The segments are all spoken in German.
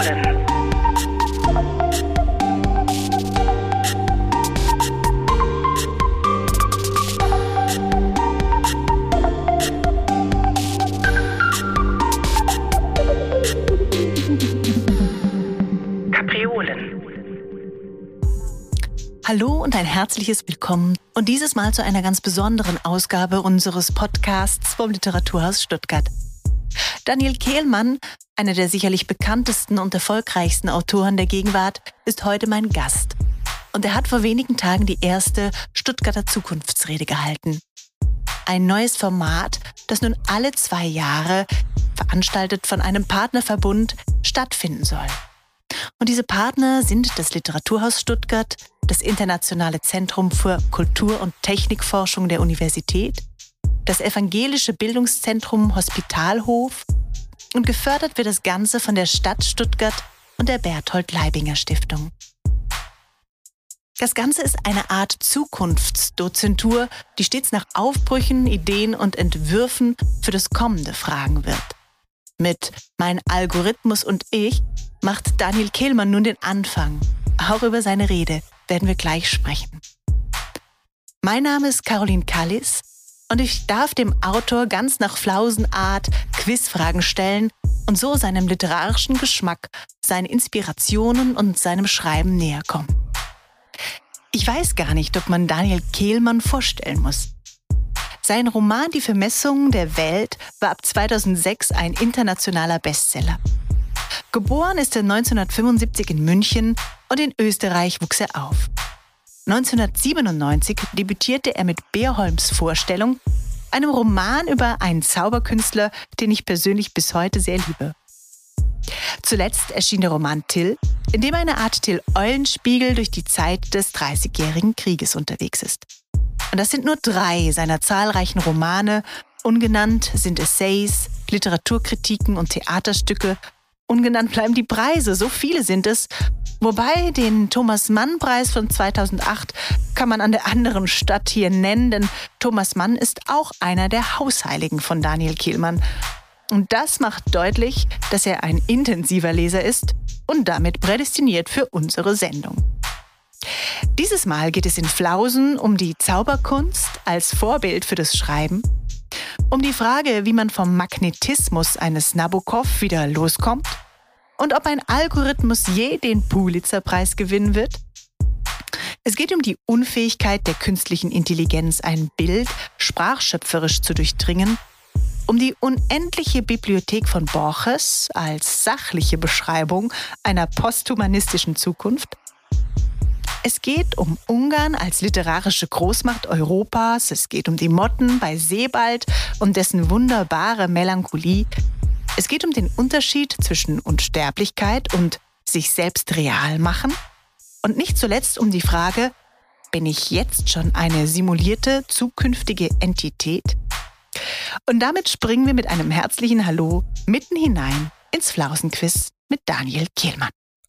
Kapriolen. Hallo und ein herzliches Willkommen und dieses Mal zu einer ganz besonderen Ausgabe unseres Podcasts vom Literaturhaus Stuttgart. Daniel Kehlmann, einer der sicherlich bekanntesten und erfolgreichsten Autoren der Gegenwart, ist heute mein Gast. Und er hat vor wenigen Tagen die erste Stuttgarter Zukunftsrede gehalten. Ein neues Format, das nun alle 2 Jahre, veranstaltet von einem Partnerverbund, stattfinden soll. Und diese Partner sind das Literaturhaus Stuttgart, das Internationale Zentrum für Kultur- und Technikforschung der Universität, das Evangelische Bildungszentrum Hospitalhof und gefördert wird das Ganze von der Stadt Stuttgart und der Berthold Leibinger Stiftung. Das Ganze ist eine Art Zukunftsdozentur, die stets nach Aufbrüchen, Ideen und Entwürfen für das Kommende fragen wird. Mit Mein Algorithmus und ich macht Daniel Kehlmann nun den Anfang. Auch über seine Rede werden wir gleich sprechen. Mein Name ist Caroline Kallis und ich darf dem Autor ganz nach Flausenart Quizfragen stellen und so seinem literarischen Geschmack, seinen Inspirationen und seinem Schreiben näher kommen. Ich weiß gar nicht, ob man Daniel Kehlmann vorstellen muss. Sein Roman Die Vermessung der Welt war ab 2006 ein internationaler Bestseller. Geboren ist er 1975 in München und in Österreich wuchs er auf. 1997 debütierte er mit Beerholms Vorstellung, einem Roman über einen Zauberkünstler, den ich persönlich bis heute sehr liebe. Zuletzt erschien der Roman Till, in dem eine Art Till Eulenspiegel durch die Zeit des Dreißigjährigen Krieges unterwegs ist. Und das sind nur 3 seiner zahlreichen Romane. Ungenannt sind Essays, Literaturkritiken und Theaterstücke. Ungenannt bleiben die Preise, so viele sind es. Wobei den Thomas-Mann-Preis von 2008 kann man an der anderen Stadt hier nennen, denn Thomas Mann ist auch einer der Hausheiligen von Daniel Kehlmann. Und das macht deutlich, dass er ein intensiver Leser ist und damit prädestiniert für unsere Sendung. Dieses Mal geht es in Flausen um die Zauberkunst als Vorbild für das Schreiben, um die Frage, wie man vom Magnetismus eines Nabokov wieder loskommt und ob ein Algorithmus je den Pulitzer-Preis gewinnen wird. Es geht um die Unfähigkeit der künstlichen Intelligenz, ein Bild sprachschöpferisch zu durchdringen, um die unendliche Bibliothek von Borges als sachliche Beschreibung einer posthumanistischen Zukunft. Es geht um Ungarn als literarische Großmacht Europas. Es geht um die Motten bei Sebald und dessen wunderbare Melancholie. Es geht um den Unterschied zwischen Unsterblichkeit und sich selbst real machen. Und nicht zuletzt um die Frage, bin ich jetzt schon eine simulierte zukünftige Entität? Und damit springen wir mit einem herzlichen Hallo mitten hinein ins Flausenquiz mit Daniel Kehlmann.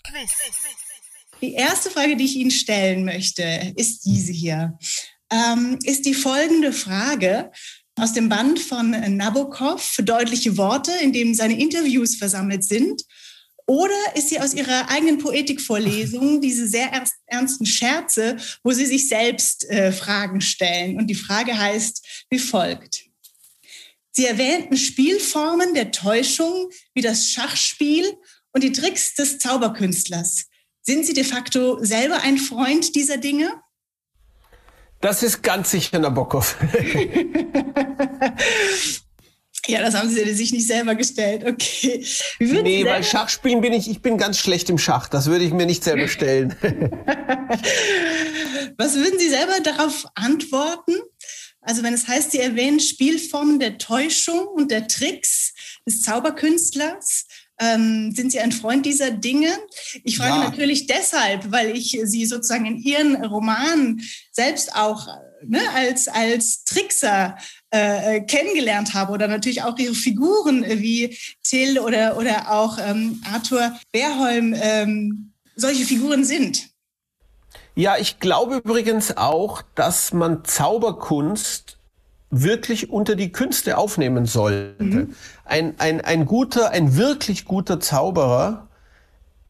Die erste Frage, die ich Ihnen stellen möchte, ist diese hier. Ist die folgende Frage aus dem Band von Nabokov, Deutliche Worte, in dem seine Interviews versammelt sind? Oder ist sie aus Ihrer eigenen Poetikvorlesung, diese sehr ernsten Scherze, wo Sie sich selbst Fragen stellen? Und die Frage heißt wie folgt. Sie erwähnten Spielformen der Täuschung wie das Schachspiel und die Tricks des Zauberkünstlers. Sind Sie de facto selber ein Freund dieser Dinge? Das ist ganz sicher Nabokov. Ja, das haben Sie sich nicht selber gestellt. Okay. Nee, weil Schachspielen ich bin ganz schlecht im Schach. Das würde ich mir nicht selber stellen. Was würden Sie selber darauf antworten? Also wenn es heißt, Sie erwähnen Spielformen der Täuschung und der Tricks des Zauberkünstlers, sind Sie ein Freund dieser Dinge? Ich frage natürlich deshalb, weil ich Sie sozusagen in Ihren Romanen selbst auch als Trickser kennengelernt habe oder natürlich auch Ihre Figuren wie Till oder auch Arthur Beerholm solche Figuren sind. Ja, ich glaube übrigens auch, dass man Zauberkunst wirklich unter die Künste aufnehmen sollte. Ein wirklich guter Zauberer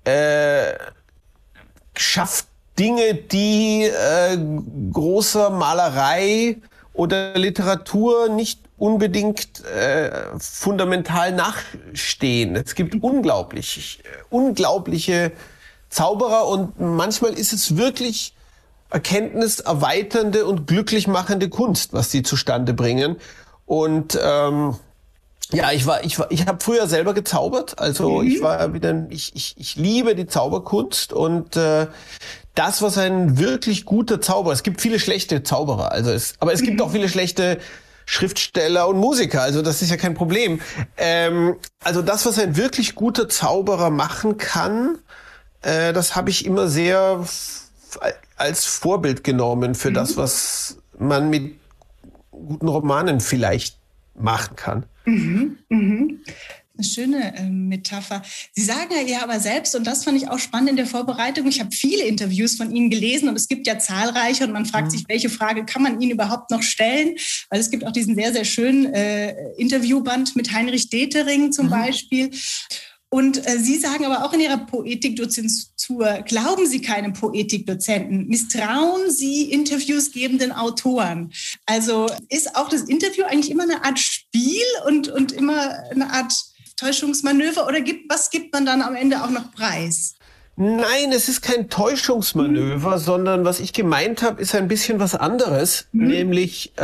schafft Dinge, die großer Malerei oder Literatur nicht unbedingt fundamental nachstehen. Es gibt unglaubliche Zauberer und manchmal ist es wirklich erkenntniserweiternde und glücklich machende Kunst, was die zustande bringen. Und ich habe früher selber gezaubert, also ich liebe die Zauberkunst und das, was ein wirklich guter Zauberer, es gibt viele schlechte Zauberer, aber es gibt auch viele schlechte Schriftsteller und Musiker, also das ist ja kein Problem. Also das, was ein wirklich guter Zauberer machen kann, das habe ich immer sehr als Vorbild genommen für das, was man mit guten Romanen vielleicht machen kann. Eine schöne Metapher. Sie sagen ja aber selbst, und das fand ich auch spannend in der Vorbereitung, ich habe viele Interviews von Ihnen gelesen und es gibt ja zahlreiche und man fragt sich, welche Frage kann man Ihnen überhaupt noch stellen? Weil es gibt auch diesen sehr, sehr schönen Interviewband mit Heinrich Detering zum Beispiel. Und Sie sagen aber auch in Ihrer Poetikdozentur, glauben Sie keinem Poetikdozenten, misstrauen Sie Interviews gebenden Autoren. Also ist auch das Interview eigentlich immer eine Art Spiel und immer eine Art Täuschungsmanöver oder was gibt man dann am Ende auch noch preis? Nein, es ist kein Täuschungsmanöver, sondern was ich gemeint habe, ist ein bisschen was anderes, nämlich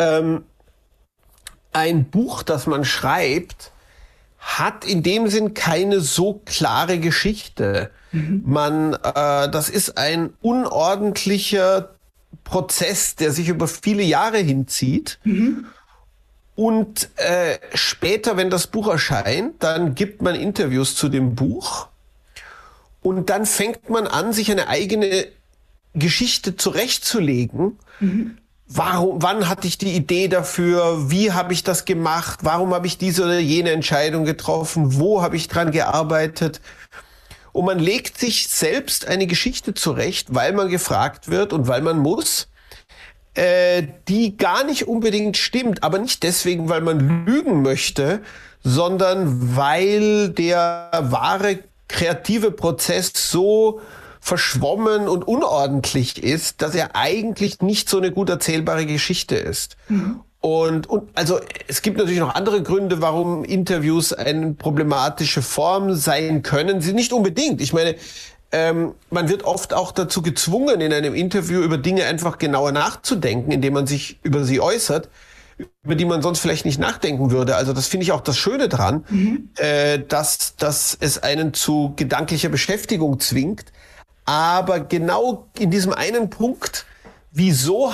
ein Buch, das man schreibt, hat in dem Sinn keine so klare Geschichte. Das ist ein unordentlicher Prozess, der sich über viele Jahre hinzieht. Und später, wenn das Buch erscheint, dann gibt man Interviews zu dem Buch. Und dann fängt man an, sich eine eigene Geschichte zurechtzulegen. Wann hatte ich die Idee dafür? Wie habe ich das gemacht? Warum habe ich diese oder jene Entscheidung getroffen? Wo habe ich dran gearbeitet? Und man legt sich selbst eine Geschichte zurecht, weil man gefragt wird und weil man muss, die gar nicht unbedingt stimmt, aber nicht deswegen, weil man lügen möchte, sondern weil der wahre kreative Prozess so verschwommen und unordentlich ist, dass er eigentlich nicht so eine gut erzählbare Geschichte ist. Und also es gibt natürlich noch andere Gründe, warum Interviews eine problematische Form sein können. Sie nicht unbedingt. Ich meine, man wird oft auch dazu gezwungen, in einem Interview über Dinge einfach genauer nachzudenken, indem man sich über sie äußert, über die man sonst vielleicht nicht nachdenken würde. Also das finde ich auch das Schöne dran, dass es einen zu gedanklicher Beschäftigung zwingt. Aber genau in diesem einen Punkt, wieso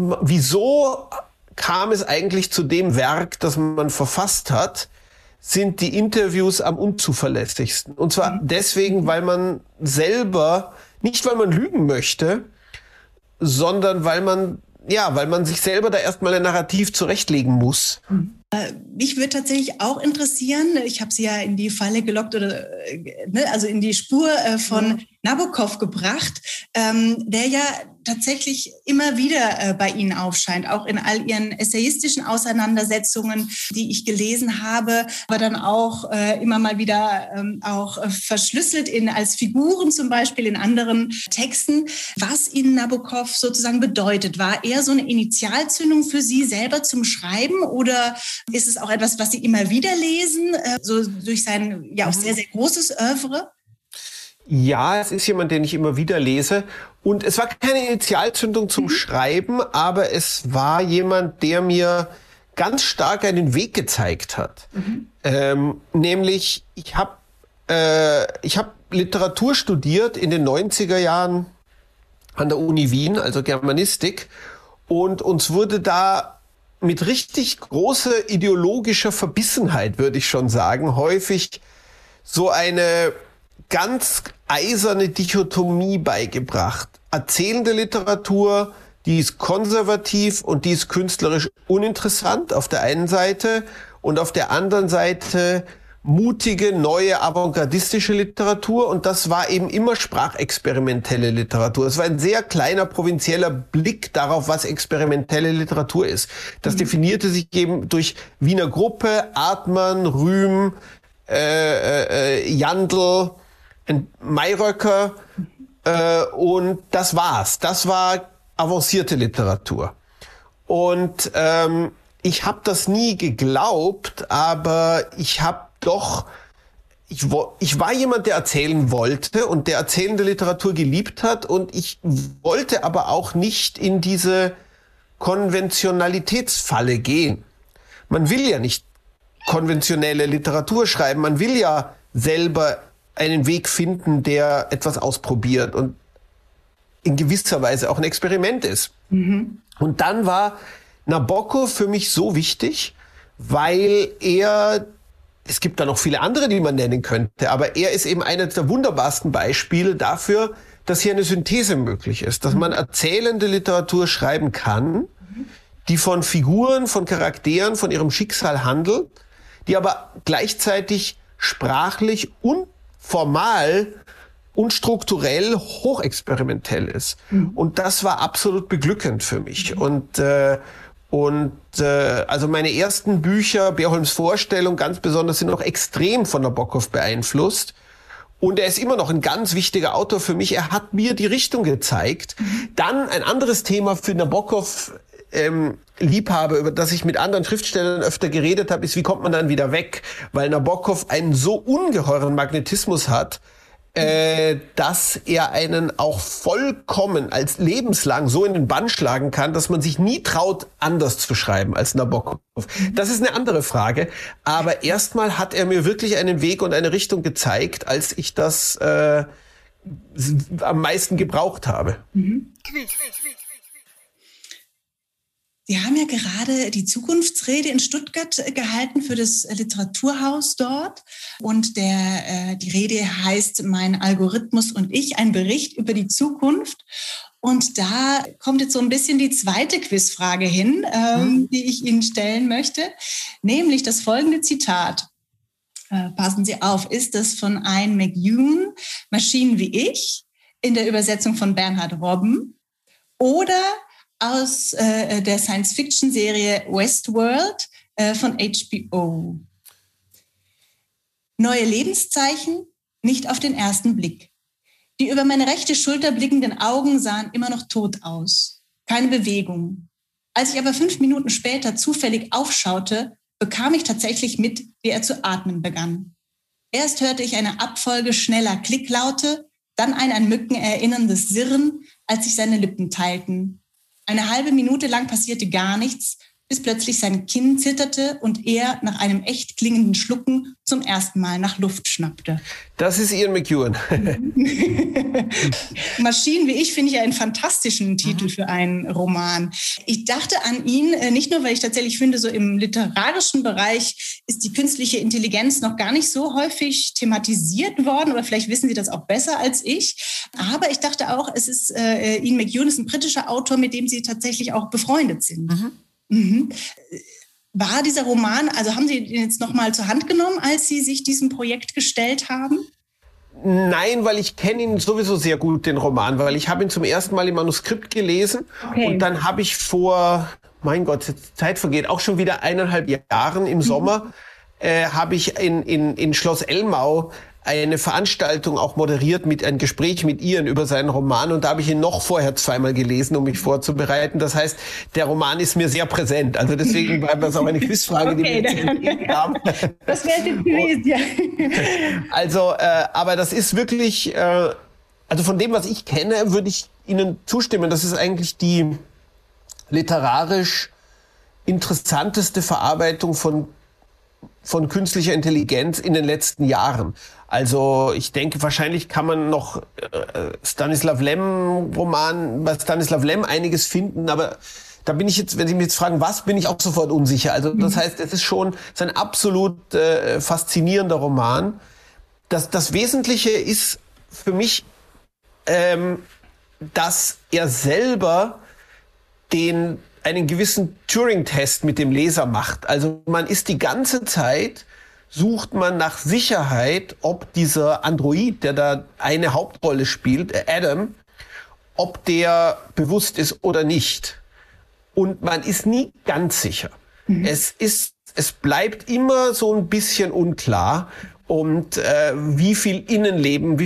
kam es eigentlich zu dem Werk, das man verfasst hat, sind die Interviews am unzuverlässigsten. Und zwar deswegen, weil man selber, nicht weil man lügen möchte, sondern weil man sich selber da erstmal ein Narrativ zurechtlegen muss. Mich würde tatsächlich auch interessieren, ich habe Sie ja in die Falle gelockt also in die Spur von Nabokov gebracht, der ja tatsächlich immer wieder bei Ihnen aufscheint, auch in all Ihren essayistischen Auseinandersetzungen, die ich gelesen habe, aber dann auch immer mal wieder auch verschlüsselt als Figuren zum Beispiel in anderen Texten. Was Ihnen Nabokov sozusagen bedeutet, war er so eine Initialzündung für Sie selber zum Schreiben oder ist es auch etwas, was Sie immer wieder lesen, so durch sein ja auch sehr, sehr großes Oeuvre? Ja, es ist jemand, den ich immer wieder lese. Und es war keine Initialzündung zum Schreiben, aber es war jemand, der mir ganz stark einen Weg gezeigt hat. Nämlich, ich hab Literatur studiert in den 90er Jahren an der Uni Wien, also Germanistik. Und uns wurde da mit richtig großer ideologischer Verbissenheit, würde ich schon sagen, häufig so eine ganz eiserne Dichotomie beigebracht. Erzählende Literatur, die ist konservativ und die ist künstlerisch uninteressant auf der einen Seite und auf der anderen Seite mutige, neue, avantgardistische Literatur und das war eben immer sprachexperimentelle Literatur. Es war ein sehr kleiner, provinzieller Blick darauf, was experimentelle Literatur ist. Das definierte sich eben durch Wiener Gruppe, Artmann, Rühm, Jandl, ein Mayröcker und das war's. Das war avancierte Literatur. Und ich habe das nie geglaubt, aber ich war jemand, der erzählen wollte und der erzählende Literatur geliebt hat, und ich wollte aber auch nicht in diese Konventionalitätsfalle gehen. Man will ja nicht konventionelle Literatur schreiben, man will ja selber einen Weg finden, der etwas ausprobiert und in gewisser Weise auch ein Experiment ist. Mhm. Und dann war Nabokov für mich so wichtig, weil es gibt da noch viele andere, die man nennen könnte, aber er ist eben eines der wunderbarsten Beispiele dafür, dass hier eine Synthese möglich ist, dass man erzählende Literatur schreiben kann, die von Figuren, von Charakteren, von ihrem Schicksal handelt, die aber gleichzeitig sprachlich und formal und strukturell hochexperimentell ist. Und das war absolut beglückend für mich. Und also meine ersten Bücher, Beerholms Vorstellung ganz besonders, sind auch extrem von Nabokov beeinflusst. Und er ist immer noch ein ganz wichtiger Autor für mich. Er hat mir die Richtung gezeigt. Dann ein anderes Thema für Nabokov, Liebhaber, über das ich mit anderen Schriftstellern öfter geredet habe, ist, wie kommt man dann wieder weg? Weil Nabokov einen so ungeheuren Magnetismus hat, dass er einen auch vollkommen als lebenslang so in den Bann schlagen kann, dass man sich nie traut, anders zu schreiben als Nabokov. Das ist eine andere Frage. Aber erstmal hat er mir wirklich einen Weg und eine Richtung gezeigt, als ich das am meisten gebraucht habe. Sie haben ja gerade die Zukunftsrede in Stuttgart gehalten für das Literaturhaus dort. Und die Rede heißt Mein Algorithmus und ich, ein Bericht über die Zukunft. Und da kommt jetzt so ein bisschen die zweite Quizfrage hin, die ich Ihnen stellen möchte, nämlich das folgende Zitat. Passen Sie auf, ist das von Ian McEwan, Maschinen wie ich, in der Übersetzung von Bernhard Robben, oder aus der Science-Fiction-Serie Westworld von HBO. Neue Lebenszeichen, nicht auf den ersten Blick. Die über meine rechte Schulter blickenden Augen sahen immer noch tot aus. Keine Bewegung. Als ich aber 5 Minuten später zufällig aufschaute, bekam ich tatsächlich mit, wie er zu atmen begann. Erst hörte ich eine Abfolge schneller Klicklaute, dann ein an Mücken erinnerndes Sirren, als sich seine Lippen teilten. Eine halbe Minute lang passierte gar nichts, bis plötzlich sein Kinn zitterte und er nach einem echt klingenden Schlucken zum ersten Mal nach Luft schnappte. Das ist Ian McEwan. Maschinen wie ich finde ich einen fantastischen Titel für einen Roman. Ich dachte an ihn, nicht nur, weil ich tatsächlich finde, so im literarischen Bereich ist die künstliche Intelligenz noch gar nicht so häufig thematisiert worden, oder vielleicht wissen Sie das auch besser als ich. Aber ich dachte auch, Ian McEwan ist ein britischer Autor, mit dem Sie tatsächlich auch befreundet sind. War dieser Roman, also haben Sie ihn jetzt nochmal zur Hand genommen, als Sie sich diesem Projekt gestellt haben? Nein, weil ich kenne ihn sowieso sehr gut, den Roman, weil ich habe ihn zum ersten Mal im Manuskript gelesen. Okay. Und dann habe ich vor, mein Gott, Zeit vergeht, auch schon wieder 1,5 Jahren im Sommer, habe ich in Schloss Elmau eine Veranstaltung auch moderiert, mit ein Gespräch mit Ian über seinen Roman, und da habe ich ihn noch vorher 2-mal gelesen, um mich vorzubereiten. Das heißt, der Roman ist mir sehr präsent. Also deswegen war das auch eine Quizfrage, okay, die wir jetzt haben. Das wäre jetzt gewesen, ja. Also, aber das ist wirklich, also von dem, was ich kenne, würde ich Ihnen zustimmen. Das ist eigentlich die literarisch interessanteste Verarbeitung von künstlicher Intelligenz in den letzten Jahren. Also ich denke, wahrscheinlich kann man noch Stanislav Lem-Roman, bei Stanislav Lem einiges finden, aber da bin ich jetzt, wenn Sie mich jetzt fragen, was, bin ich auch sofort unsicher. Also das heißt, es ist ein absolut faszinierender Roman. Das Wesentliche ist für mich, dass er selber einen gewissen Turing-Test mit dem Leser macht. Also man ist die ganze Zeit, sucht man nach Sicherheit, ob dieser Android, der da eine Hauptrolle spielt, Adam, ob der bewusst ist oder nicht. Und man ist nie ganz sicher. Es bleibt immer so ein bisschen unklar. und wie viel Innenleben,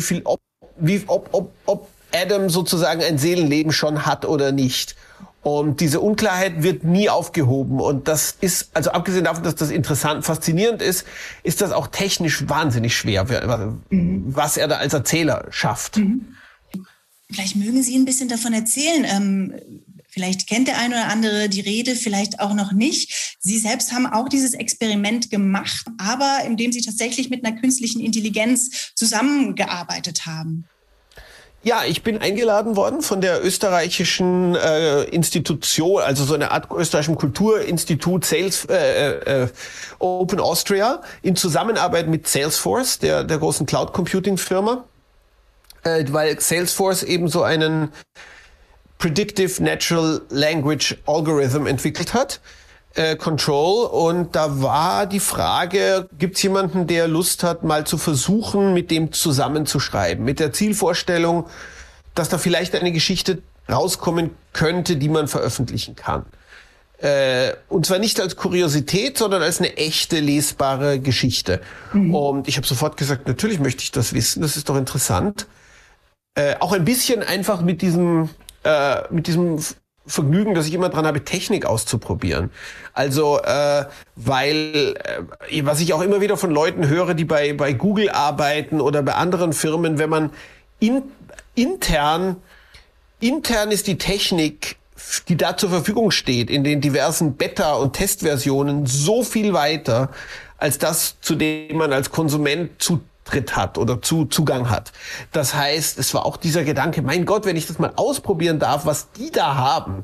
ob Adam sozusagen ein Seelenleben schon hat oder nicht. Und diese Unklarheit wird nie aufgehoben. Und das ist, also abgesehen davon, dass das interessant, faszinierend ist, ist das auch technisch wahnsinnig schwer, was er da als Erzähler schafft. Vielleicht mögen Sie ein bisschen davon erzählen. Vielleicht kennt der eine oder andere die Rede, vielleicht auch noch nicht. Sie selbst haben auch dieses Experiment gemacht, aber indem Sie tatsächlich mit einer künstlichen Intelligenz zusammengearbeitet haben. Ja, ich bin eingeladen worden von der österreichischen Institution, also so eine Art österreichischen Kulturinstitut Open Austria in Zusammenarbeit mit Salesforce, der großen Cloud Computing Firma, weil Salesforce eben so einen Predictive Natural Language Algorithm entwickelt hat, Control, und da war die Frage, gibt es jemanden, der Lust hat, mal zu versuchen, mit dem zusammenzuschreiben, mit der Zielvorstellung, dass da vielleicht eine Geschichte rauskommen könnte, die man veröffentlichen kann. Und zwar nicht als Kuriosität, sondern als eine echte, lesbare Geschichte. Und ich habe sofort gesagt, natürlich möchte ich das wissen, das ist doch interessant. Auch ein bisschen einfach mit diesem Vergnügen, dass ich immer dran habe, Technik auszuprobieren. Also, was ich auch immer wieder von Leuten höre, die bei Google arbeiten oder bei anderen Firmen, wenn man intern ist die Technik, die da zur Verfügung steht, in den diversen Beta- und Testversionen so viel weiter, als das, zu dem man als Konsument Zutritt hat oder Zugang hat. Das heißt, es war auch dieser Gedanke, mein Gott, wenn ich das mal ausprobieren darf, was die da haben.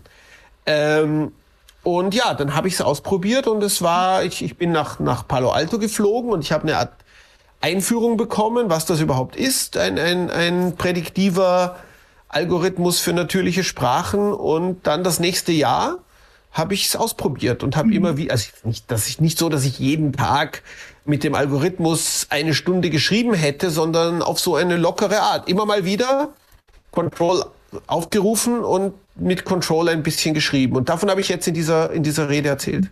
Und ja, dann habe ich es ausprobiert und ich bin nach Palo Alto geflogen und ich habe eine Art Einführung bekommen, was das überhaupt ist, ein prädiktiver Algorithmus für natürliche Sprachen, und dann das nächste Jahr habe ich es ausprobiert und habe immer wie, also dass ich jeden Tag mit dem Algorithmus eine Stunde geschrieben hätte, sondern auf so eine lockere Art. Immer mal wieder Control aufgerufen und mit Control ein bisschen geschrieben. Und davon habe ich jetzt in dieser Rede erzählt.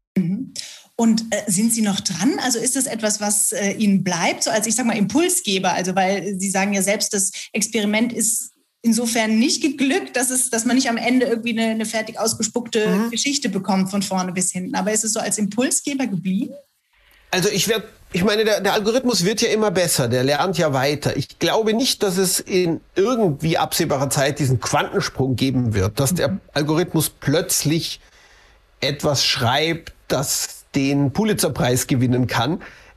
Und sind Sie noch dran? Also ist das etwas, was Ihnen bleibt, so als, ich sag mal, Impulsgeber? Also weil Sie sagen ja selbst, das Experiment ist insofern nicht geglückt, dass man nicht am Ende irgendwie eine fertig ausgespuckte Geschichte bekommt von vorne bis hinten. Aber ist es so als Impulsgeber geblieben? Also ich meine, der Algorithmus wird ja immer besser, der lernt ja weiter. Ich glaube nicht, dass es in irgendwie absehbarer Zeit diesen Quantensprung geben wird, dass der Algorithmus plötzlich etwas schreibt, das den Pulitzerpreis gewinnen kann.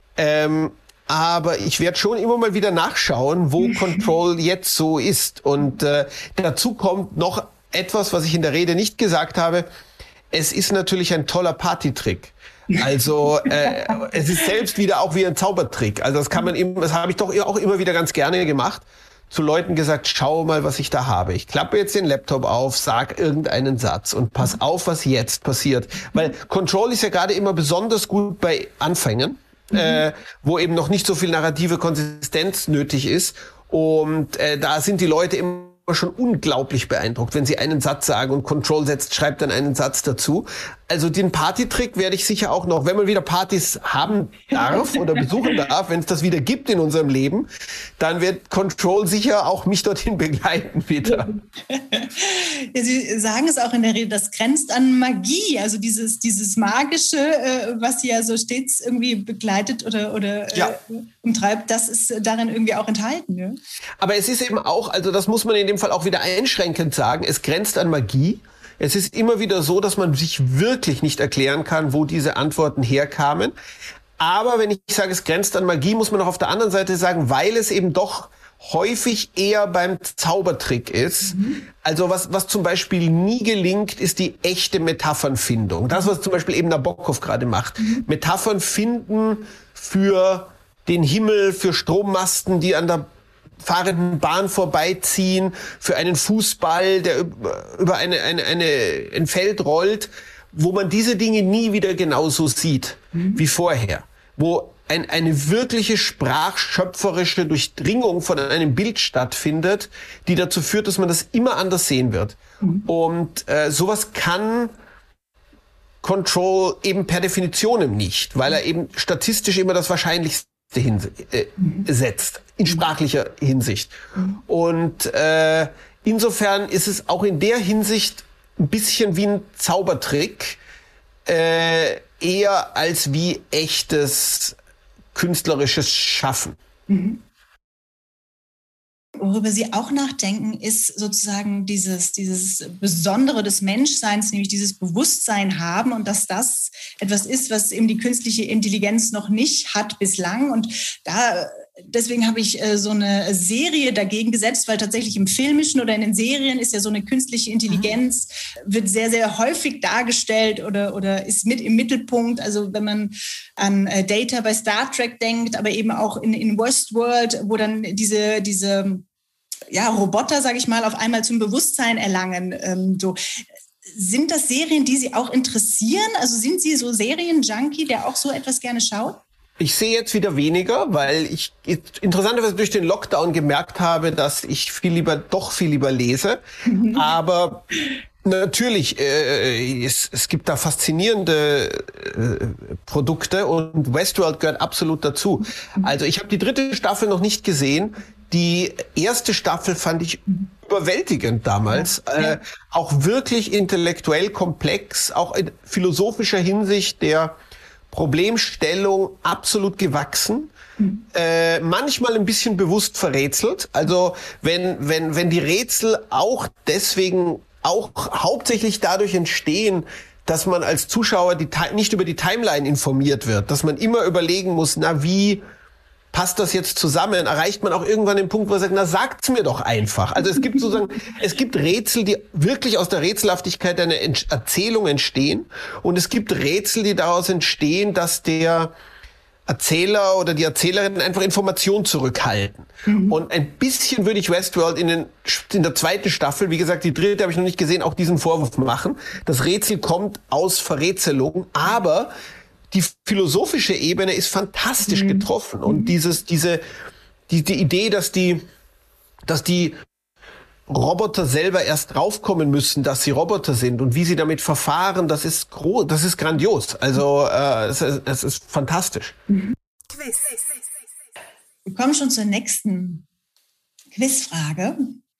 Aber ich werde schon immer mal wieder nachschauen, wo Control jetzt so ist. Und dazu kommt noch etwas, was ich in der Rede nicht gesagt habe. Es ist natürlich ein toller Partytrick. Also es ist selbst wieder auch wie ein Zaubertrick. Also das habe ich doch auch immer wieder ganz gerne gemacht. Zu Leuten gesagt, schau mal, was ich da habe. Ich klappe jetzt den Laptop auf, sag irgendeinen Satz und pass auf, was jetzt passiert. Weil Control ist ja gerade immer besonders gut bei Anfängen, wo eben noch nicht so viel narrative Konsistenz nötig ist. Und da sind die Leute immer schon unglaublich beeindruckt, wenn sie einen Satz sagen und Control schreibt dann einen Satz dazu. Also den Partytrick werde ich sicher auch noch, wenn man wieder Partys haben darf oder besuchen darf, wenn es das wieder gibt in unserem Leben, dann wird Control sicher auch mich dorthin begleiten wieder. Ja, Sie sagen es auch in der Rede, das grenzt an Magie, also dieses Magische, was Sie ja so stets irgendwie begleitet oder umtreibt, das ist darin irgendwie auch enthalten. Ja? Aber es ist eben auch, also das muss man in dem Fall auch wieder einschränkend sagen, es grenzt an Magie. Es ist immer wieder so, dass man sich wirklich nicht erklären kann, wo diese Antworten herkamen. Aber wenn ich sage, es grenzt an Magie, muss man auch auf der anderen Seite sagen, weil es eben doch häufig eher beim Zaubertrick ist. Also was zum Beispiel nie gelingt, ist die echte Metaphernfindung. Das, was zum Beispiel eben Nabokov gerade macht. Metaphern finden für den Himmel, für Strommasten, die an der fahrenden Bahn vorbeiziehen, für einen Fußball, der über ein Feld rollt, wo man diese Dinge nie wieder genauso sieht wie vorher. Wo eine wirkliche sprachschöpferische Durchdringung von einem Bild stattfindet, die dazu führt, dass man das immer anders sehen wird. Und sowas kann Control eben per Definition nicht, weil er eben statistisch immer das Wahrscheinlichste setzt, in sprachlicher Hinsicht. Und insofern ist es auch in der Hinsicht ein bisschen wie ein Zaubertrick, eher als wie echtes künstlerisches Schaffen. Worüber Sie auch nachdenken, ist sozusagen dieses Besondere des Menschseins, nämlich dieses Bewusstsein haben und dass das etwas ist, was eben die künstliche Intelligenz noch nicht hat bislang. Und deswegen habe ich so eine Serie dagegen gesetzt, weil tatsächlich im Filmischen oder in den Serien ist ja so eine künstliche Intelligenz, wird sehr, sehr häufig dargestellt oder ist mit im Mittelpunkt. Also wenn man an Data bei Star Trek denkt, aber eben auch in Westworld, wo dann diese Roboter, sage ich mal, auf einmal zum Bewusstsein erlangen. Sind das Serien, die Sie auch interessieren? Also sind Sie so Serienjunkie, der auch so etwas gerne schaut? Ich sehe jetzt wieder weniger, weil ich interessanterweise durch den Lockdown gemerkt habe, dass ich viel lieber lese. Aber natürlich, es gibt da faszinierende Produkte und Westworld gehört absolut dazu. Also ich habe die 3. Staffel noch nicht gesehen. Die 1. Staffel fand ich überwältigend damals. Auch wirklich intellektuell komplex, auch in philosophischer Hinsicht der Problemstellung absolut gewachsen. Manchmal ein bisschen bewusst verrätselt. Also wenn die Rätsel auch deswegen auch hauptsächlich dadurch entstehen, dass man als Zuschauer nicht über die Timeline informiert wird, dass man immer überlegen muss, wie passt das jetzt zusammen? Erreicht man auch irgendwann den Punkt, wo man sagt, sagt's mir doch einfach. Also es gibt Rätsel, die wirklich aus der Rätselhaftigkeit einer Erzählung entstehen. Und es gibt Rätsel, die daraus entstehen, dass der Erzähler oder die Erzählerin einfach Informationen zurückhalten. Und ein bisschen würde ich Westworld in der 2. Staffel, wie gesagt, die 3. habe ich noch nicht gesehen, auch diesen Vorwurf machen. Das Rätsel kommt aus Verrätselung, aber die philosophische Ebene ist fantastisch getroffen. Und die Idee, dass die Roboter selber erst draufkommen müssen, dass sie Roboter sind und wie sie damit verfahren, das ist grandios. Also es ist fantastisch. Quiz. Wir kommen schon zur nächsten Quizfrage.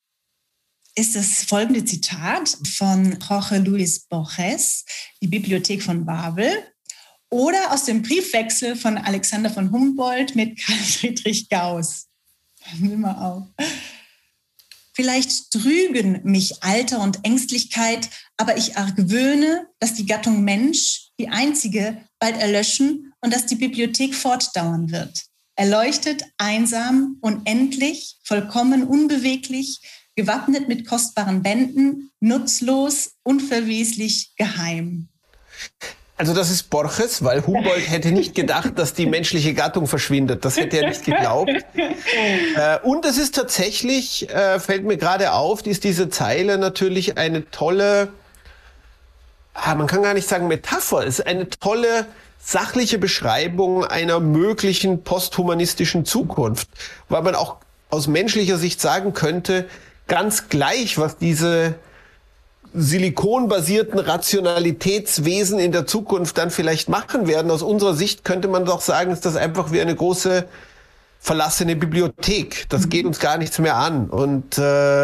Ist das folgende Zitat von Jorge Luis Borges, die Bibliothek von Babel, oder aus dem Briefwechsel von Alexander von Humboldt mit Karl Friedrich Gauss? Passen wir mal auf. Vielleicht trügen mich Alter und Ängstlichkeit, aber ich argwöhne, dass die Gattung Mensch, die einzige, bald erlöschen und dass die Bibliothek fortdauern wird. Erleuchtet, einsam, unendlich, vollkommen unbeweglich, gewappnet mit kostbaren Bänden, nutzlos, unverweslich, geheim. Also das ist Borges, weil Humboldt hätte nicht gedacht, dass die menschliche Gattung verschwindet. Das hätte er nicht geglaubt. Und es ist tatsächlich, fällt mir gerade auf, ist diese Zeile natürlich eine tolle, man kann gar nicht sagen Metapher, es ist eine tolle sachliche Beschreibung einer möglichen posthumanistischen Zukunft. Weil man auch aus menschlicher Sicht sagen könnte, ganz gleich, was diese silikonbasierten Rationalitätswesen in der Zukunft dann vielleicht machen werden. Aus unserer Sicht könnte man doch sagen, ist das einfach wie eine große verlassene Bibliothek. Das geht uns gar nichts mehr an und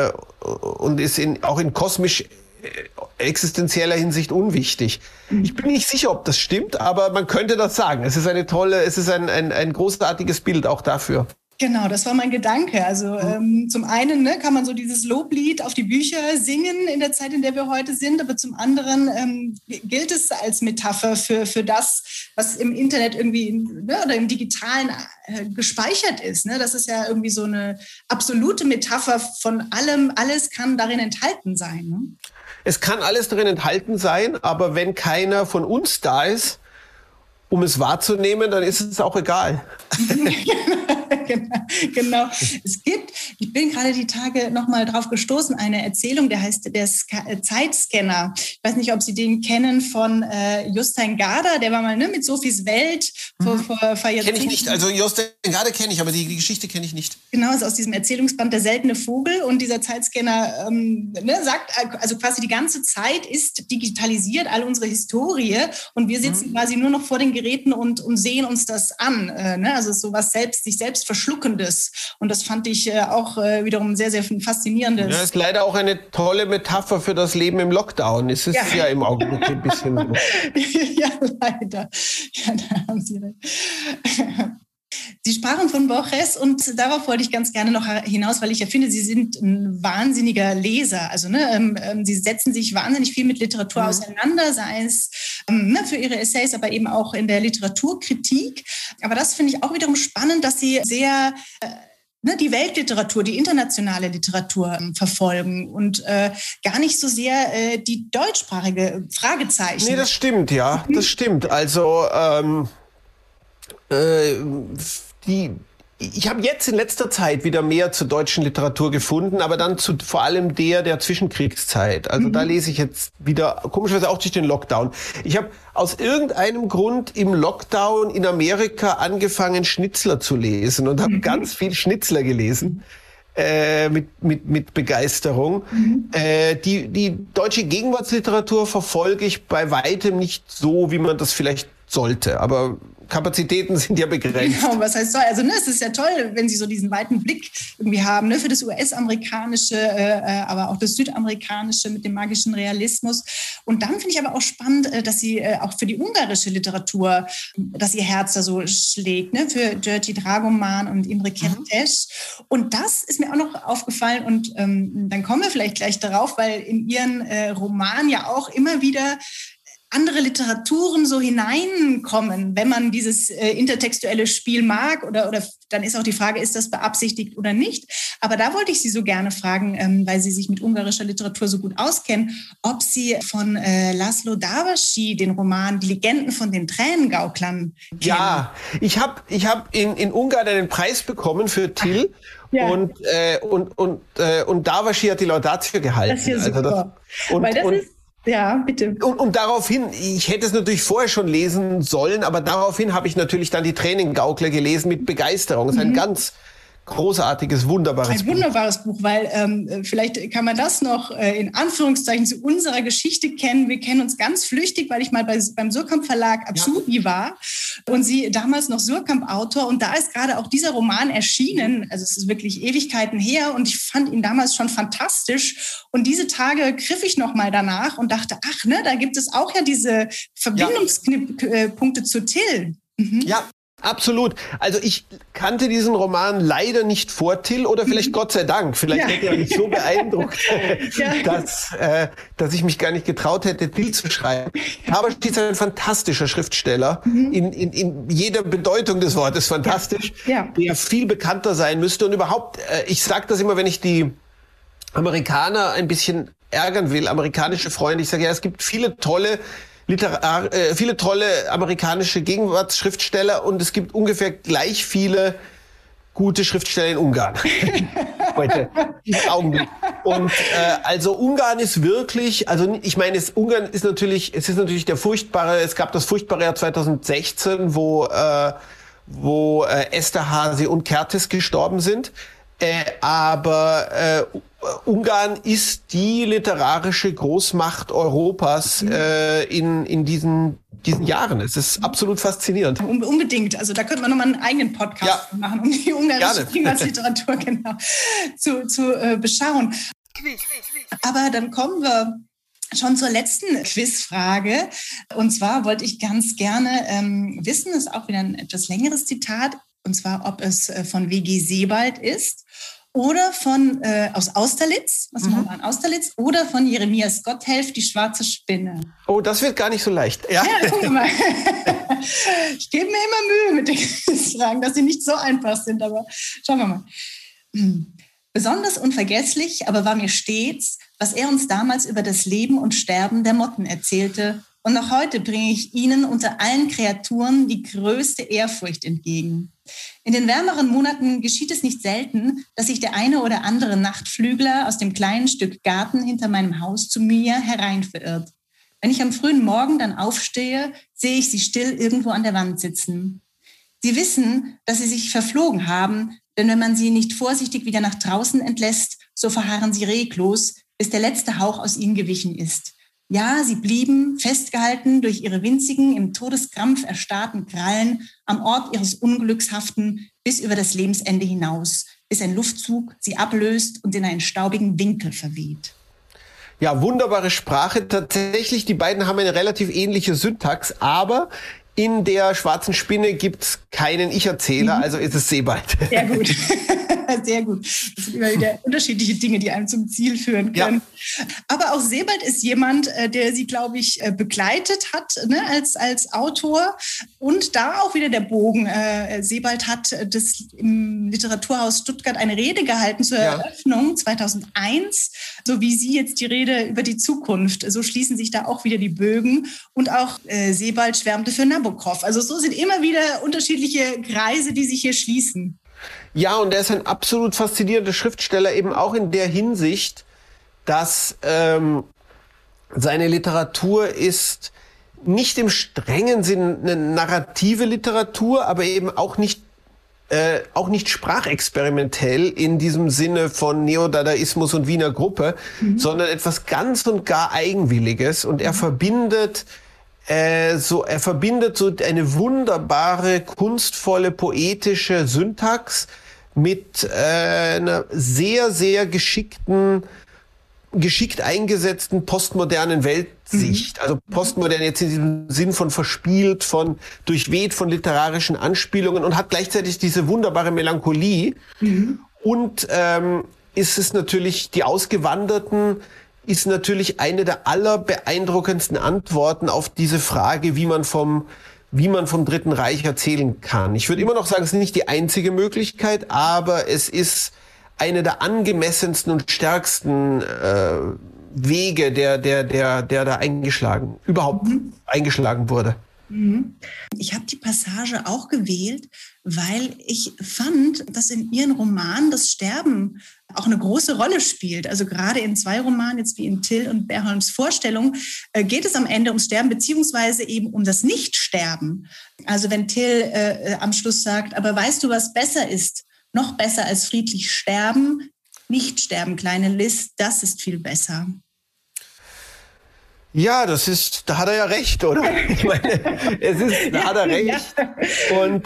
ist auch in kosmisch existenzieller Hinsicht unwichtig. Ich bin nicht sicher, ob das stimmt, aber man könnte das sagen. Es ist ein großartiges Bild auch dafür. Genau, das war mein Gedanke. Also zum einen kann man so dieses Loblied auf die Bücher singen in der Zeit, in der wir heute sind, aber zum anderen gilt es als Metapher für das, was im Internet irgendwie oder im Digitalen gespeichert ist. Das ist ja irgendwie so eine absolute Metapher von allem. Alles kann darin enthalten sein. Ne? Es kann alles darin enthalten sein, aber wenn keiner von uns da ist, um es wahrzunehmen, dann ist es auch egal. Genau. Es gibt, ich Ich bin gerade die Tage nochmal drauf gestoßen, eine Erzählung, der heißt der Zeitscanner. Ich weiß nicht, ob Sie den kennen, von Jostein Gaarder, der war mal mit Sophies Welt vor Jahrzehnten. Kenne ich nicht, also Jostein Gaarder kenne ich, aber die Geschichte kenne ich nicht. Genau, ist aus diesem Erzählungsband Der seltene Vogel, und dieser Zeitscanner sagt, also quasi die ganze Zeit ist digitalisiert, all unsere Historie, und wir sitzen quasi nur noch vor den Geräten und sehen uns das an. Also es ist so was sich selbst Verschluckendes, und das fand ich auch wiederum sehr, sehr faszinierendes. Ja, ist leider auch eine tolle Metapher für das Leben im Lockdown. Es ist ja im Augenblick ein bisschen so. Ja, leider. Ja, da haben Sie recht. Sie sprachen von Borges, und darauf wollte ich ganz gerne noch hinaus, weil ich ja finde, Sie sind ein wahnsinniger Leser. Also Sie setzen sich wahnsinnig viel mit Literatur auseinander, sei es für Ihre Essays, aber eben auch in der Literaturkritik. Aber das finde ich auch wiederum spannend, dass Sie sehr die Weltliteratur, die internationale Literatur verfolgen und gar nicht so sehr die deutschsprachige Fragezeichen. Nee, das stimmt, ja, das stimmt. Also ich habe jetzt in letzter Zeit wieder mehr zur deutschen Literatur gefunden, aber dann zu vor allem der Zwischenkriegszeit. Also da lese ich jetzt wieder, komischerweise auch durch den Lockdown. Ich habe aus irgendeinem Grund im Lockdown in Amerika angefangen, Schnitzler zu lesen, und habe ganz viel Schnitzler gelesen. Mit Begeisterung. Die deutsche Gegenwartsliteratur verfolge ich bei weitem nicht so, wie man das vielleicht sollte. Aber Kapazitäten sind ja begrenzt. Genau, was heißt soll? Also es ist ja toll, wenn Sie so diesen weiten Blick irgendwie haben, für das US-amerikanische, aber auch das südamerikanische mit dem magischen Realismus. Und dann finde ich aber auch spannend, dass Sie auch für die ungarische Literatur, dass Ihr Herz da so schlägt, für György Dragoman und Imre Kertész. Und das ist mir auch noch aufgefallen, und dann kommen wir vielleicht gleich darauf, weil in Ihren Romanen ja auch immer wieder andere Literaturen so hineinkommen, wenn man dieses intertextuelle Spiel mag, oder dann ist auch die Frage, ist das beabsichtigt oder nicht? Aber da wollte ich Sie so gerne fragen, weil Sie sich mit ungarischer Literatur so gut auskennen, ob Sie von Laszlo Davasy den Roman Die Legenden von den Tränengauklern kennen. Ja, ich hab in Ungarn einen Preis bekommen für Till. Ja. Und Davasy hat die Laudatio gehalten. Das ist ja super. Ja, bitte. Und daraufhin, ich hätte es natürlich vorher schon lesen sollen, aber daraufhin habe ich natürlich dann die Tränengaukler gelesen mit Begeisterung. Es ist ein ganz großartiges, wunderbares Buch. Ein wunderbares Buch, weil vielleicht kann man das noch in Anführungszeichen zu unserer Geschichte kennen. Wir kennen uns ganz flüchtig, weil ich mal beim Surkamp Verlag Azubi war und Sie damals noch Surkamp-Autor, und da ist gerade auch dieser Roman erschienen. Also es ist wirklich Ewigkeiten her, und ich fand ihn damals schon fantastisch, und diese Tage griff ich noch mal danach und dachte, da gibt es auch ja diese Verbindungspunkte zu Till. Ja. Absolut. Also ich kannte diesen Roman leider nicht vor Till, oder vielleicht Gott sei Dank. Vielleicht hätte er mich so beeindruckt, dass ich mich gar nicht getraut hätte, Till zu schreiben. Aber er ist ein fantastischer Schriftsteller, in jeder Bedeutung des Wortes fantastisch, der viel bekannter sein müsste. Und überhaupt, ich sage das immer, wenn ich die Amerikaner ein bisschen ärgern will, amerikanische Freunde, ich sage, es gibt viele tolle amerikanische Gegenwartsschriftsteller, und es gibt ungefähr gleich viele gute Schriftsteller in Ungarn. Heute, im Augenblick. Und also Ungarn ist wirklich, also ich meine, es ist natürlich der furchtbare, es gab das furchtbare Jahr 2016, wo Esterházy und Kertész gestorben sind. Aber Ungarn ist die literarische Großmacht Europas in diesen Jahren. Es ist absolut faszinierend. Unbedingt. Also da könnte man nochmal einen eigenen Podcast machen, um die ungarische Gegenwartsliteratur genau zu beschauen. Aber dann kommen wir schon zur letzten Quizfrage. Und zwar wollte ich ganz gerne wissen, das ist auch wieder ein etwas längeres Zitat, und zwar, ob es von W.G. Sebald ist oder aus Austerlitz, Austerlitz, oder von Jeremias Gotthelf, Die schwarze Spinne. Oh, das wird gar nicht so leicht. Ja, gucken wir mal. Ich gebe mir immer Mühe mit den Quizfragen, dass sie nicht so einfach sind, aber schauen wir mal. Besonders unvergesslich aber war mir stets, was er uns damals über das Leben und Sterben der Motten erzählte Und noch heute bringe ich ihnen unter allen Kreaturen die größte Ehrfurcht entgegen. In den wärmeren Monaten geschieht es nicht selten, dass sich der eine oder andere Nachtflügler aus dem kleinen Stück Garten hinter meinem Haus zu mir herein verirrt. Wenn ich am frühen Morgen dann aufstehe, sehe ich sie still irgendwo an der Wand sitzen. Sie wissen, dass sie sich verflogen haben, denn wenn man sie nicht vorsichtig wieder nach draußen entlässt, so verharren sie reglos, bis der letzte Hauch aus ihnen gewichen ist. Ja, sie blieben, festgehalten durch ihre winzigen, im Todeskrampf erstarrten Krallen, am Ort ihres Unglücks haften, bis über das Lebensende hinaus, bis ein Luftzug sie ablöst und in einen staubigen Winkel verweht. Ja, wunderbare Sprache. Tatsächlich, die beiden haben eine relativ ähnliche Syntax, aber in der schwarzen Spinne gibt's keinen Ich-Erzähler, also ist es Sebald. Sehr gut. Sehr gut. Das sind immer wieder unterschiedliche Dinge, die einem zum Ziel führen können. Ja. Aber auch Sebald ist jemand, der sie, glaube ich, begleitet hat, ne, als Autor. Und da auch wieder der Bogen. Sebald hat das im Literaturhaus Stuttgart eine Rede gehalten zur Eröffnung 2001, so wie Sie jetzt die Rede über die Zukunft. So schließen sich da auch wieder die Bögen. Und auch Sebald schwärmte für Nabokov. Also so sind immer wieder unterschiedliche Kreise, die sich hier schließen. Ja, und er ist ein absolut faszinierender Schriftsteller, eben auch in der Hinsicht, dass seine Literatur ist nicht im strengen Sinn eine narrative Literatur, aber eben auch nicht sprachexperimentell in diesem Sinne von Neodadaismus und Wiener Gruppe, sondern etwas ganz und gar Eigenwilliges. Und er verbindet so eine wunderbare, kunstvolle, poetische Syntax mit einer sehr, sehr geschickt eingesetzten postmodernen Weltsicht. Also postmodern jetzt in diesem Sinn von verspielt, von durchweht von literarischen Anspielungen und hat gleichzeitig diese wunderbare Melancholie. Und ist es natürlich, die Ausgewanderten ist natürlich eine der allerbeeindruckendsten Antworten auf diese Frage, wie man vom Dritten Reich erzählen kann. Ich würde immer noch sagen, es ist nicht die einzige Möglichkeit, aber es ist eine der angemessensten und stärksten Wege, der da eingeschlagen wurde. Ich habe die Passage auch gewählt, weil ich fand, dass in Ihren Romanen das Sterben auch eine große Rolle spielt. Also gerade in 2 Romanen, jetzt wie in Till und Berholms Vorstellung, geht es am Ende ums Sterben, beziehungsweise eben um das Nichtsterben. Also wenn Till am Schluss sagt, aber weißt du, was besser ist? Noch besser als friedlich sterben, nicht sterben, kleine Liz, das ist viel besser. Ja, da hat er ja recht, oder? Ich meine, da hat er recht. Und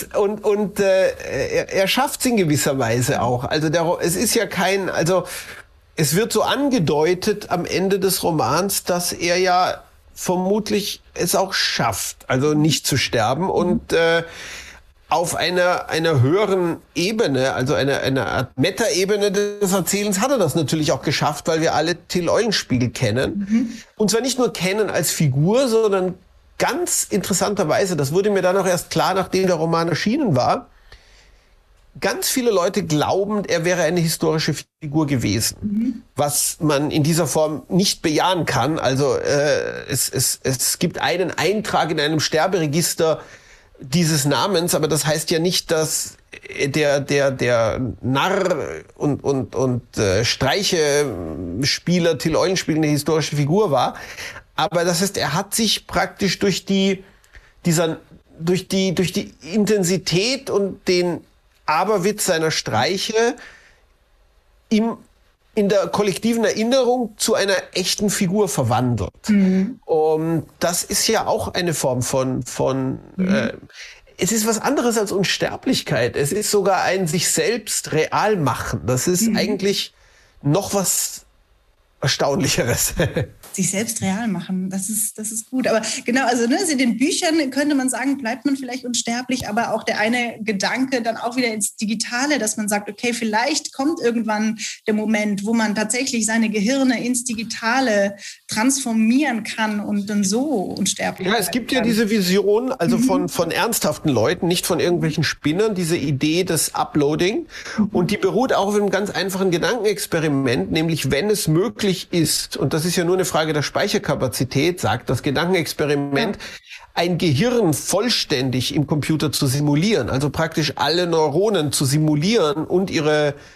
er schafft es in gewisser Weise auch. Also es ist ja es wird so angedeutet am Ende des Romans, dass er ja vermutlich es auch schafft, also nicht zu sterben und auf einer höheren Ebene, also einer Art Meta-Ebene des Erzählens hat er das natürlich auch geschafft, weil wir alle Till Eulenspiegel kennen. Und zwar nicht nur kennen als Figur, sondern ganz interessanterweise, das wurde mir dann auch erst klar, nachdem der Roman erschienen war, ganz viele Leute glauben, er wäre eine historische Figur gewesen, was man in dieser Form nicht bejahen kann. Also es gibt einen Eintrag in einem Sterberegister dieses Namens, aber das heißt ja nicht, dass der Narr und Streichespieler Till Eulenspiegel eine historische Figur war. Aber das heißt, er hat sich praktisch durch die Intensität und den Aberwitz seiner Streiche in der kollektiven Erinnerung zu einer echten Figur verwandelt. Und das ist ja auch eine Form von es ist was anderes als Unsterblichkeit. Es ist sogar ein sich selbst real machen. Das ist eigentlich noch was Erstaunlicheres. Sich selbst real machen, das ist gut. Aber genau, also in den Büchern könnte man sagen, bleibt man vielleicht unsterblich, aber auch der eine Gedanke dann auch wieder ins Digitale, dass man sagt, okay, vielleicht kommt irgendwann der Moment, wo man tatsächlich seine Gehirne ins Digitale transformieren kann und dann so unsterblich Ja, es gibt ja diese Vision, also von ernsthaften Leuten, nicht von irgendwelchen Spinnern, diese Idee des Uploading. Und die beruht auch auf einem ganz einfachen Gedankenexperiment, nämlich wenn es möglich ist, und das ist ja nur eine Frage Frage der Speicherkapazität, sagt das Gedankenexperiment, ein Gehirn vollständig im Computer zu simulieren, also praktisch alle Neuronen zu simulieren und die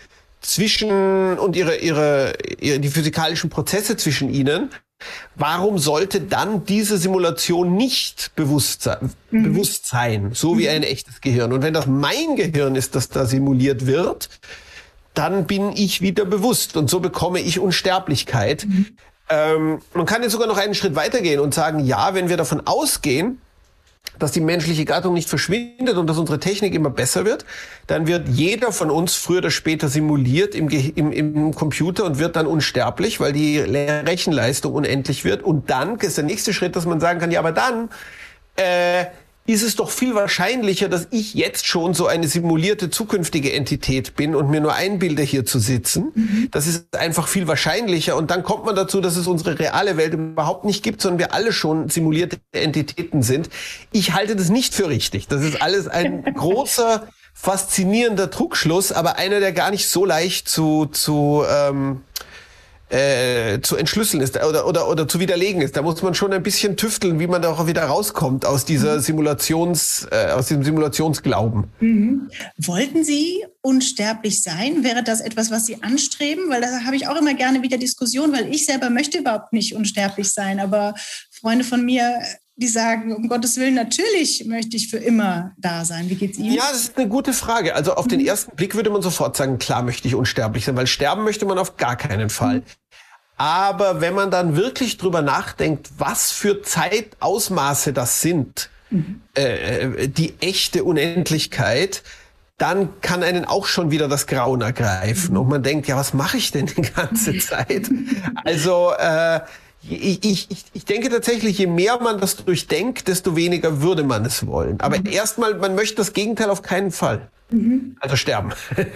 physikalischen Prozesse zwischen ihnen. Warum sollte dann diese Simulation nicht bewusst sein, so wie ein echtes Gehirn? Und wenn das mein Gehirn ist, das da simuliert wird, dann bin ich wieder bewusst und so bekomme ich Unsterblichkeit. Man kann jetzt sogar noch einen Schritt weitergehen und sagen, ja, wenn wir davon ausgehen, dass die menschliche Gattung nicht verschwindet und dass unsere Technik immer besser wird, dann wird jeder von uns früher oder später simuliert im Computer und wird dann unsterblich, weil die Rechenleistung unendlich wird. Und dann ist der nächste Schritt, dass man sagen kann, ja, aber dann ist es doch viel wahrscheinlicher, dass ich jetzt schon so eine simulierte zukünftige Entität bin und mir nur einbilde, hier zu sitzen. Das ist einfach viel wahrscheinlicher. Und dann kommt man dazu, dass es unsere reale Welt überhaupt nicht gibt, sondern wir alle schon simulierte Entitäten sind. Ich halte das nicht für richtig. Das ist alles ein großer, faszinierender Trugschluss, aber einer, der gar nicht so leicht zu entschlüsseln ist oder zu widerlegen ist. Da muss man schon ein bisschen tüfteln, wie man da auch wieder rauskommt aus dieser aus diesem Simulationsglauben. Wollten Sie unsterblich sein? Wäre das etwas, was Sie anstreben? Weil da habe ich auch immer gerne wieder Diskussion, weil ich selber möchte überhaupt nicht unsterblich sein. Aber Freunde von mir, die sagen, um Gottes Willen, natürlich möchte ich für immer da sein. Wie geht's Ihnen? Ja, das ist eine gute Frage. Also auf den ersten Blick würde man sofort sagen, klar möchte ich unsterblich sein, weil sterben möchte man auf gar keinen Fall. Aber wenn man dann wirklich drüber nachdenkt, was für Zeitausmaße das sind, die echte Unendlichkeit, dann kann einen auch schon wieder das Grauen ergreifen. Und man denkt, ja, was mache ich denn die ganze Zeit? Also ich denke tatsächlich, je mehr man das durchdenkt, desto weniger würde man es wollen. Aber erstmal, man möchte das Gegenteil auf keinen Fall. Also sterben.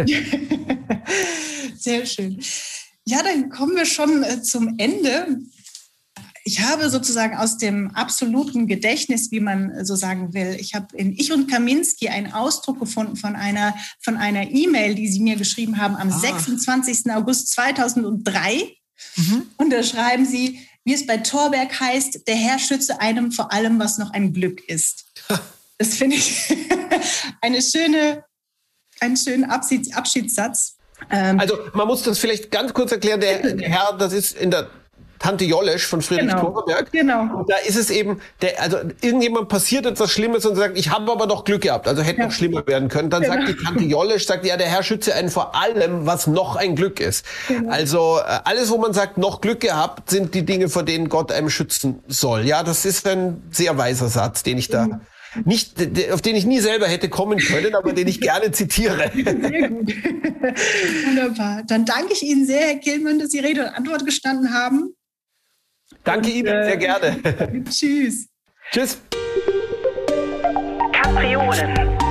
Sehr schön. Ja, dann kommen wir schon zum Ende. Ich habe sozusagen aus dem absoluten Gedächtnis, wie man so sagen will, ich habe in Ich und Kaminski einen Ausdruck gefunden von einer E-Mail, die Sie mir geschrieben haben am 26. August 2003. Und da schreiben Sie, wie es bei Thorberg heißt, der Herr schütze einem vor allem, was noch ein Glück ist. Das finde ich einen schönen Abschiedssatz. Also man muss das vielleicht ganz kurz erklären. Der Herr, das ist in der Tante Jollesch von Friedrich Thorberg. Genau. Und da ist es eben, also irgendjemand passiert etwas Schlimmes und sagt, ich habe aber noch Glück gehabt, also hätte noch schlimmer werden können. Dann sagt die Tante Jollesch, ja, der Herr schütze einen vor allem, was noch ein Glück ist. Genau. Also alles, wo man sagt, noch Glück gehabt, sind die Dinge, vor denen Gott einem schützen soll. Ja, das ist ein sehr weiser Satz, den ich da auf den ich nie selber hätte kommen können, aber den ich gerne zitiere. Sehr gut. Wunderbar. Dann danke ich Ihnen sehr, Herr Kilmann, dass Sie Rede und Antwort gestanden haben. Danke Ihnen, sehr gerne. Tschüss. Tschüss. Kapriolen.